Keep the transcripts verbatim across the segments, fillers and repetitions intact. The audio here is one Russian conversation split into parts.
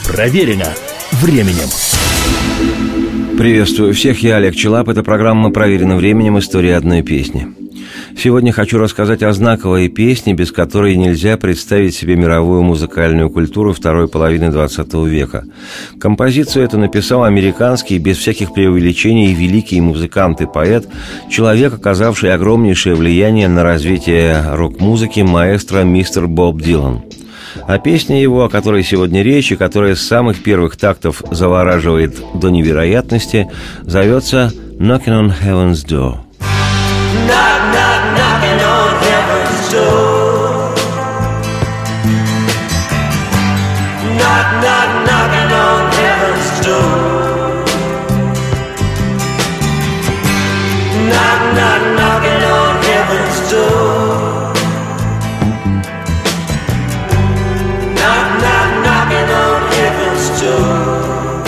Проверено временем. Приветствую всех, я Олег Челап. Это программа «Проверено временем. История одной песни». Сегодня хочу рассказать о знаковой песне, без которой нельзя представить себе мировую музыкальную культуру второй половины двадцатого века. Композицию эту написал американский, без всяких преувеличений, великий музыкант и поэт, человек, оказавший огромнейшее влияние на развитие рок-музыки, маэстро мистер Боб Дилан. А песня его, о которой сегодня речь, и которая с самых первых тактов завораживает до невероятности, зовется «Knocking on Heaven's Door». Knock, knock, knocking on heaven's door. Knock, knock, knocking on heaven's door. Knock, knock, knocking on heaven's door. Knock, knock, knocking on heaven's door.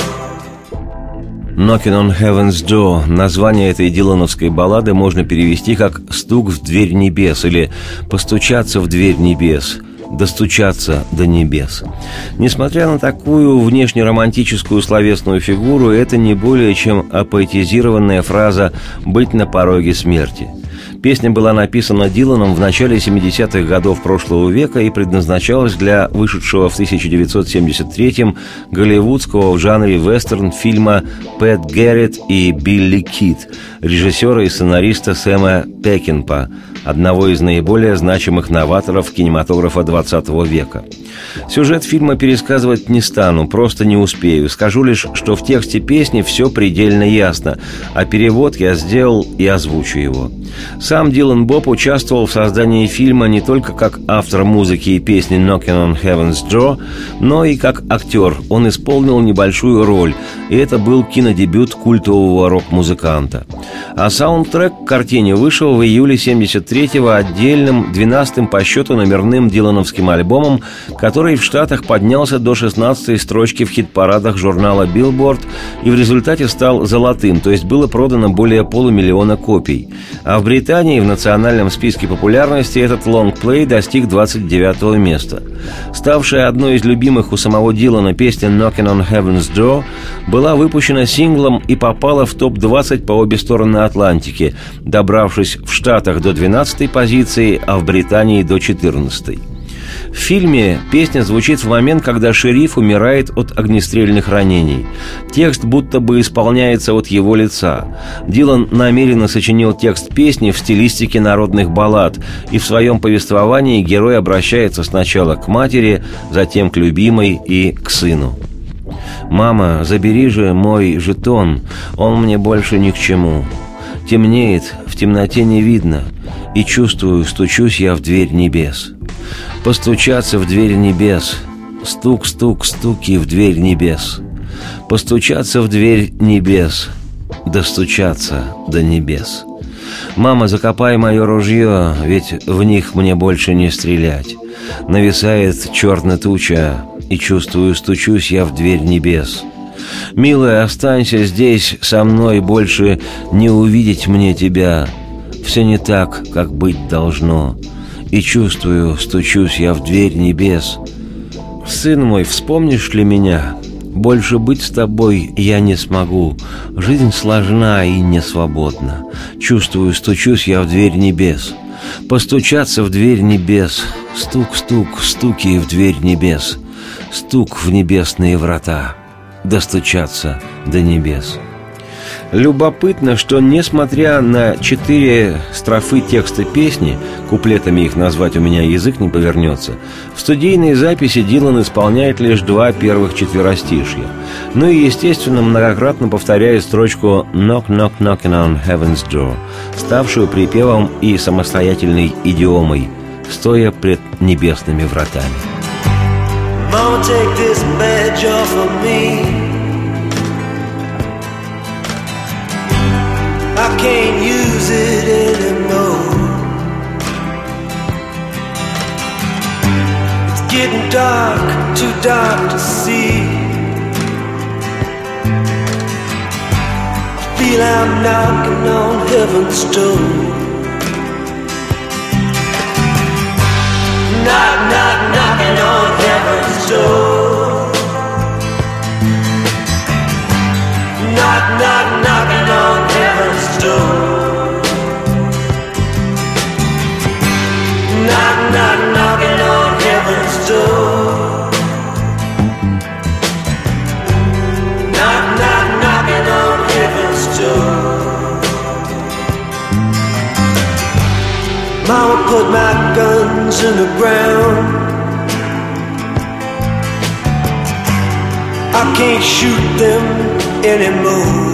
«Knocking on Heaven's Door» – название этой дилановской баллады можно перевести как «стук в дверь небес» или «постучаться в дверь небес», «достучаться до небес». Несмотря на такую внешне-романтическую словесную фигуру, это не более чем апоэтизированная фраза «быть на пороге смерти». Песня была написана Диланом в начале семидесятых годов прошлого века и предназначалась для вышедшего в тысяча девятьсот семьдесят третьем голливудского в жанре вестерн фильма «Пэт Гэрретт и Билли Кид» режиссера и сценариста Сэма Пекинпа, одного из наиболее значимых новаторов кинематографа двадцатого века. Сюжет фильма пересказывать не стану, просто не успею. Скажу лишь, что в тексте песни все предельно ясно, а перевод я сделал и озвучу его. Сам Дилан Боб участвовал в создании фильма не только как автор музыки и песни «Knocking on Heaven's Door», но и как актер. Он исполнил небольшую роль, и это был кинодебют культового рок-музыканта. А саундтрек к картине вышел в июле семьдесят третьего отдельным, двенадцатым по счету номерным дилановским альбомом, который в Штатах поднялся до шестнадцатой строчки в хит-парадах журнала Billboard и в результате стал золотым, то есть было продано более полумиллиона копий. А в Британии в национальном списке популярности этот лонгплей достиг двадцать девятого места. Ставшая одной из любимых у самого Дилана песня «Knocking on Heaven's Door» была выпущена синглом и попала в топ двадцать по обе стороны Атлантики, добравшись в Штатах до двенадцатой позиции, а в Британии до четырнадцатой. В фильме песня звучит в момент, когда шериф умирает от огнестрельных ранений. Текст будто бы исполняется от его лица. Дилан намеренно сочинил текст песни в стилистике народных баллад, и в своем повествовании герой обращается сначала к матери, затем к любимой и к сыну. «Мама, забери же мой жетон, он мне больше ни к чему. Темнеет, в темноте не видно, и чувствую, стучусь я в дверь небес. Постучаться в дверь небес, стук, стук, стуки в дверь небес. Постучаться в дверь небес, достучаться до небес. Мама, закопай мое ружье, ведь в них мне больше не стрелять. Нависает черная туча, и чувствую, стучусь я в дверь небес. Милая, останься здесь со мной, больше не увидеть мне тебя. Все не так, как быть должно. И чувствую, стучусь я в дверь небес. Сын мой, вспомнишь ли меня? Больше быть с тобой я не смогу. Жизнь сложна и не свободна. Чувствую, стучусь я в дверь небес. Постучаться в дверь небес. Стук, стук, стуки в дверь небес. Стук в небесные врата. Достучаться до небес». Любопытно, что, несмотря на четыре строфы текста песни, куплетами их назвать у меня язык не повернется, в студийной записи Дилан исполняет лишь два первых четверостишья. Ну и, естественно, многократно повторяет строчку «Knock, knock, knocking on heaven's door», ставшую припевом и самостоятельной идиомой, стоя пред небесными вратами. Mama, take this badge off of me. I can't use it anymore. It's getting dark, too dark to see. I feel I'm knocking on heaven's door. Knock, knock, knocking on heaven's door. holes in the ground. I can't shoot them anymore.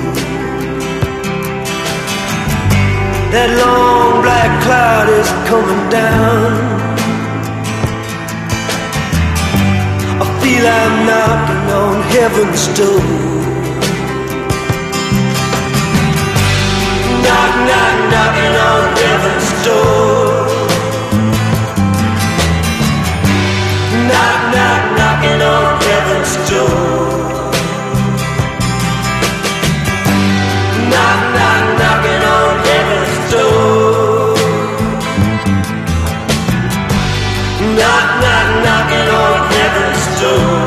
That long black cloud is coming down. I feel I'm knocking on heaven's door. Knock, knock, knocking on heaven's door. Knock, knock, knocking on heaven's door. Knock, knock, knocking on heaven's door. Knock, knock, knocking on heaven's door.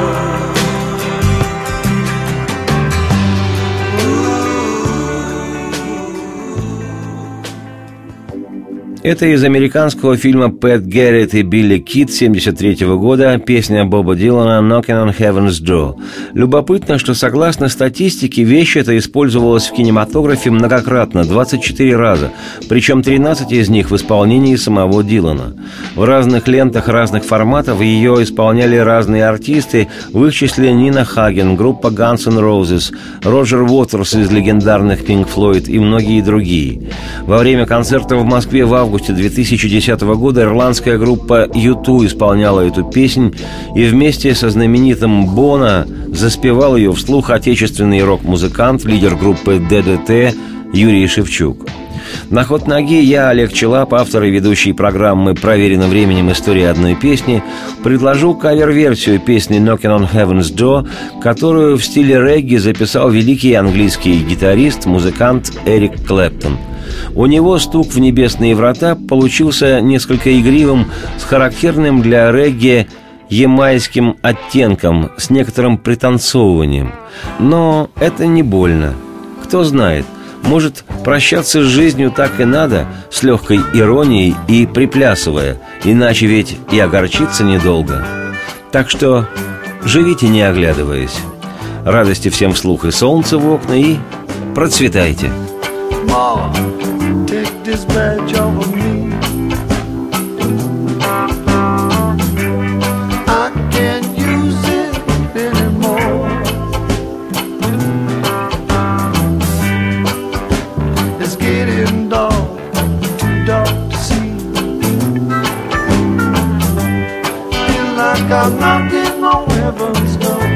Это из американского фильма «Пэт Гэррет и Билли Кид» семьдесят третьего года, песня Боба Дилана «Knocking on Heaven's Door». Любопытно, что согласно статистике, вещь эта использовалась в кинематографе многократно, двадцать четыре раза, причем тринадцать из них в исполнении самого Дилана. В разных лентах разных форматов ее исполняли разные артисты, в их числе Нина Хаген, группа Guns N' Roses, Роджер Уотерс из легендарных Pink Floyd и многие другие. Во время концерта в Москве в августе две тысячи десятого года ирландская группа ю ту исполняла эту песнь, и вместе со знаменитым Боно заспевал ее вслух отечественный рок-музыкант, лидер группы дэ дэ тэ Юрий Шевчук. На ход ноги я, Олег Челап, автор и ведущий программы «Проверено временем. История одной песни», предложу кавер-версию песни «Knocking on Heaven's Door», которую в стиле регги записал великий английский гитарист, музыкант Эрик Клэптон. У него стук в небесные врата получился несколько игривым, с характерным для регги ямайским оттенком, с некоторым пританцовыванием. Но это не больно. Кто знает, может, прощаться с жизнью так и надо, с легкой иронией и приплясывая, иначе ведь и огорчиться недолго. Так что живите, не оглядываясь. Радости всем вслух и солнца в окна, и процветайте. Mom, take this badge off of me. I can't use it anymore. It's getting dark, too dark to see. Feel like I'm knocking on heaven's door.